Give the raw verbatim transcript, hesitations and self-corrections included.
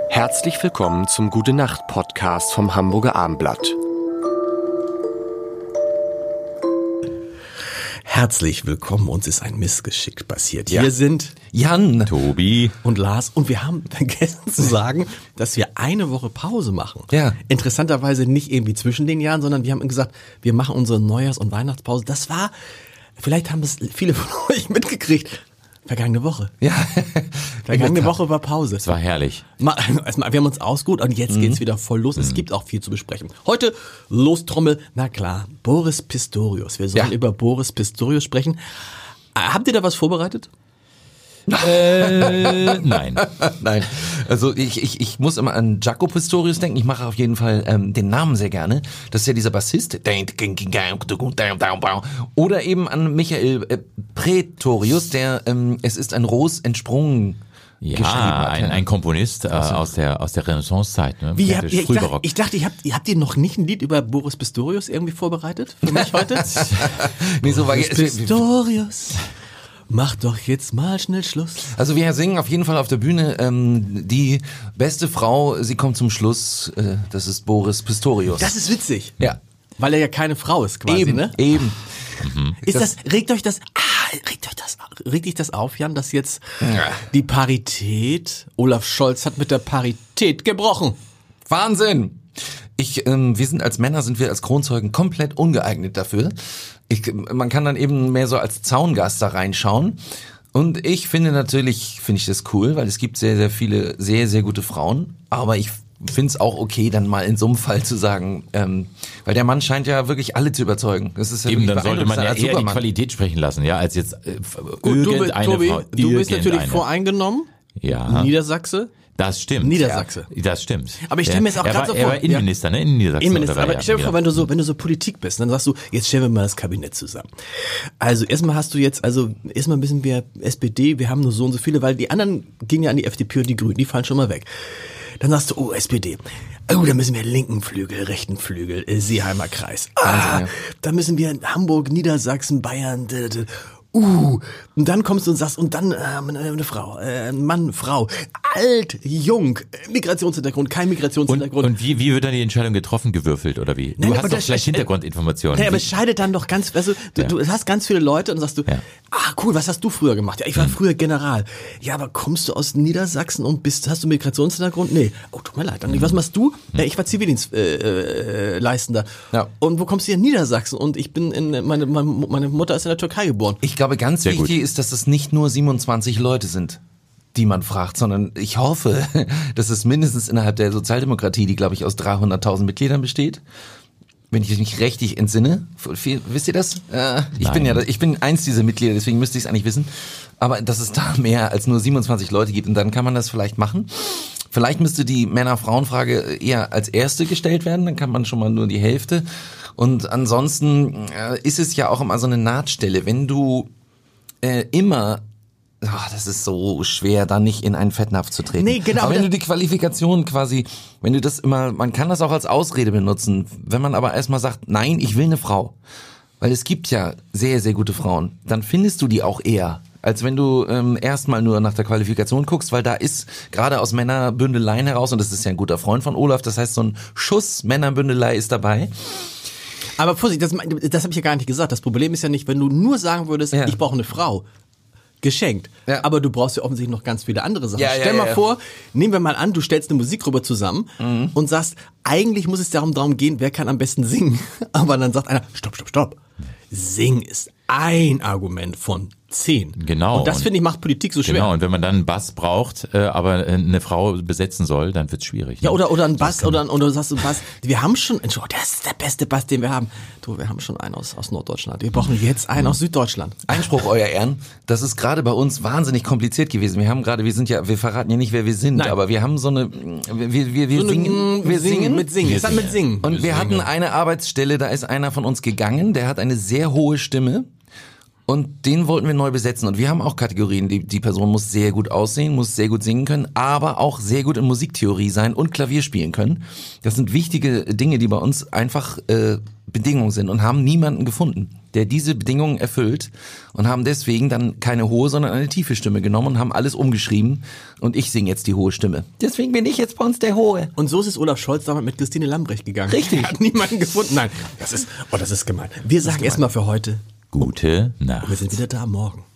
Herzlich willkommen zum Gute-Nacht-Podcast vom Hamburger Abendblatt. Herzlich willkommen, uns ist ein Missgeschick passiert. Ja. Hier sind Jan, Tobi und Lars und wir haben vergessen zu sagen, dass wir eine Woche Pause machen. Ja. Interessanterweise nicht irgendwie zwischen den Jahren, sondern wir haben gesagt, wir machen unsere Neujahrs- und Weihnachtspause. Das war, vielleicht haben es viele von euch mitgekriegt, vergangene Woche. Ja. Vergangene Woche war Pause. Es war herrlich. Mal, erstmal, wir haben uns ausgeruht und jetzt geht's wieder voll los. Es gibt auch viel zu besprechen. Heute Lostrommel, na klar, Boris Pistorius. Wir sollen Ja. über Boris Pistorius sprechen. Äh, Habt ihr da was vorbereitet? Äh, nein. Nein. Also ich, ich, ich muss immer an Jaco Pistorius denken. Ich mache auf jeden Fall ähm, den Namen sehr gerne. Das ist ja dieser Bassist. Oder eben an Michael äh, Praetorius, der ähm, Es ist ein Ros entsprungen geschrieben Ja, hat. ein, ein Komponist äh, aus der aus der Renaissancezeit. Ne? Wie, habt ihr, ich, dachte, Frühbarock. ich dachte, ihr habt, ihr habt ihr noch nicht ein Lied über Boris Pistorius irgendwie vorbereitet für mich heute? Nee, so war Boris Pistorius, mach doch jetzt mal schnell Schluss. Also wir singen auf jeden Fall auf der Bühne ähm, die beste Frau, sie kommt zum Schluss, äh, das ist Boris Pistorius. Das ist witzig. ja. Weil er ja keine Frau ist quasi, Eben, ne? eben. Ist das, regt euch das, ah, regt euch das, regt dich das auf, Jan, dass jetzt Ja. die Parität, Olaf Scholz hat mit der Parität gebrochen. Wahnsinn! Ich, ähm, wir sind als Männer, sind wir als Kronzeugen komplett ungeeignet dafür. Ich, man kann dann eben mehr so als Zaungast da reinschauen. Und ich finde natürlich, finde ich das cool, weil es gibt sehr, sehr viele sehr, sehr gute Frauen. Aber ich finde es auch okay, dann mal in so einem Fall zu sagen, ähm, weil der Mann scheint ja wirklich alle zu überzeugen. Das ist ja Eben, wirklich dann sollte man ja beeindruckend, eher die Superman. Qualität sprechen lassen, ja, als jetzt äh, Gut, du, irgendeine Tobi, Frau. du bist natürlich Irgendeine. voreingenommen. Ja, Niedersachse. das stimmt. Niedersachse. Ja, das stimmt. Aber ich stell mir jetzt auch er grad war, so Er vor, war Innenminister, ne? In Niedersachsen. Innenminister, oder war aber er? stell dir vor, Ja. wenn du so, wenn du so Politik bist, dann sagst du, jetzt stellen wir mal das Kabinett zusammen. Also erstmal hast du jetzt, also erstmal ein bisschen wir S P D, wir haben nur so und so viele, weil die anderen gingen ja an die F D P und die Grünen, die fallen schon mal weg. Dann sagst du, oh, S P D. Oh, da müssen wir linken Flügel, rechten Flügel, äh, Seeheimer Kreis. Ah, Wahnsinn, ja. da müssen wir Hamburg, Niedersachsen, Bayern, d- d- Uh, und dann kommst du und sagst, und dann äh, eine, eine Frau, äh, ein Mann, Frau, alt, jung, äh, Migrationshintergrund, kein Und, Migrationshintergrund. und wie, wie wird dann die Entscheidung getroffen, gewürfelt oder wie? Du Nein, aber hast doch das- vielleicht äh, Hintergrundinformationen. Naja, aber Wie- es scheidet dann doch ganz, weißt du, du, Ja. du hast ganz viele Leute und dann sagst du, Ja. ah cool, was hast du früher gemacht? Ja, ich war früher General. Ja, aber kommst du aus Niedersachsen und bist, hast du Migrationshintergrund? Nee. Oh, tut mir leid. Dann, was machst du? Ja, ich war Zivildienstleistender. Äh, äh, Leistender. Ja. Und wo kommst du hier? In Niedersachsen. Und ich bin in, meine, meine, meine Mutter ist in der Türkei geboren. Ich glaube, ganz Sehr wichtig gut. ist, dass es nicht nur siebenundzwanzig Leute sind, die man fragt, sondern ich hoffe, dass es mindestens innerhalb der Sozialdemokratie, die glaube ich aus dreihunderttausend Mitgliedern besteht, wenn ich mich richtig entsinne, viel, wisst ihr das? Äh, ich Nein. bin ja, ich bin eins dieser Mitglieder, deswegen müsste ich es eigentlich wissen. Aber dass es da mehr als nur siebenundzwanzig Leute gibt und dann kann man das vielleicht machen. Vielleicht müsste die Männer-Frauen-Frage eher als erste gestellt werden, dann kann man schon mal nur die Hälfte. Und ansonsten äh, ist es ja auch immer so eine Nahtstelle, wenn du äh, immer, ach, das ist so schwer, da nicht in einen Fettnapf zu treten. Nee, genau, Aber wenn das- du die Qualifikation quasi, wenn du das immer, man kann das auch als Ausrede benutzen, wenn man aber erstmal sagt, nein, ich will eine Frau, weil es gibt ja sehr, sehr gute Frauen, dann findest du die auch eher, als wenn du ähm, erstmal nur nach der Qualifikation guckst, weil da ist gerade aus Männerbündeleien heraus, und das ist ja ein guter Freund von Olaf, das heißt so ein Schuss Männerbündelei ist dabei. Aber Vorsicht, das, das habe ich ja gar nicht gesagt. Das Problem ist ja nicht, wenn du nur sagen würdest, Ja. ich brauche eine Frau. Geschenkt. Ja. Aber du brauchst ja offensichtlich noch ganz viele andere Sachen. Ja, ja, Stell mal ja, ja. vor, nehmen wir mal an, du stellst eine Musikgruppe zusammen Mhm. und sagst, eigentlich muss es darum, darum gehen, wer kann am besten singen. Aber dann sagt einer, stopp, stopp, stopp. Singen ist ein Argument von zehn. Genau. Und das, Und- finde ich, macht Politik so schwer. Genau, und wenn man dann einen Bass braucht, äh, aber äh, eine Frau besetzen soll, dann wird's schwierig. Ja, ne? oder, oder ein Bass, oder, oder du sagst, ein Bass, wir haben schon, oh, das ist der beste Bass, den wir haben. Du, wir haben schon einen aus, aus Norddeutschland. Wir brauchen jetzt einen aus Süddeutschland. Einspruch, euer Ehren. Das ist gerade bei uns wahnsinnig kompliziert gewesen. Wir haben gerade, wir sind ja, wir verraten ja nicht, wer wir sind, Nein. aber wir haben so eine, wir, wir, wir, wir So eine, singen, mm, wir singen, mit Singen. Wir Es hat mit Singen. und wir hatten eine Arbeitsstelle, da ist einer von uns gegangen, der hat eine sehr hohe Stimme Und den wollten wir neu besetzen. Und wir haben auch Kategorien. Die, die Person muss sehr gut aussehen, muss sehr gut singen können, aber auch sehr gut in Musiktheorie sein und Klavier spielen können. Das sind wichtige Dinge, die bei uns einfach äh, Bedingungen sind und haben niemanden gefunden, der diese Bedingungen erfüllt, und haben deswegen dann keine hohe, sondern eine tiefe Stimme genommen und haben alles umgeschrieben, und ich singe jetzt die hohe Stimme. Deswegen bin ich jetzt bei uns der Hohe. Und so ist es Olaf Scholz damals mit Christine Lambrecht gegangen. Richtig. Er hat niemanden gefunden. Nein, das ist, oh, das ist gemein. Wir sagen erstmal für heute, Gute Nacht. wir sind wieder da morgen.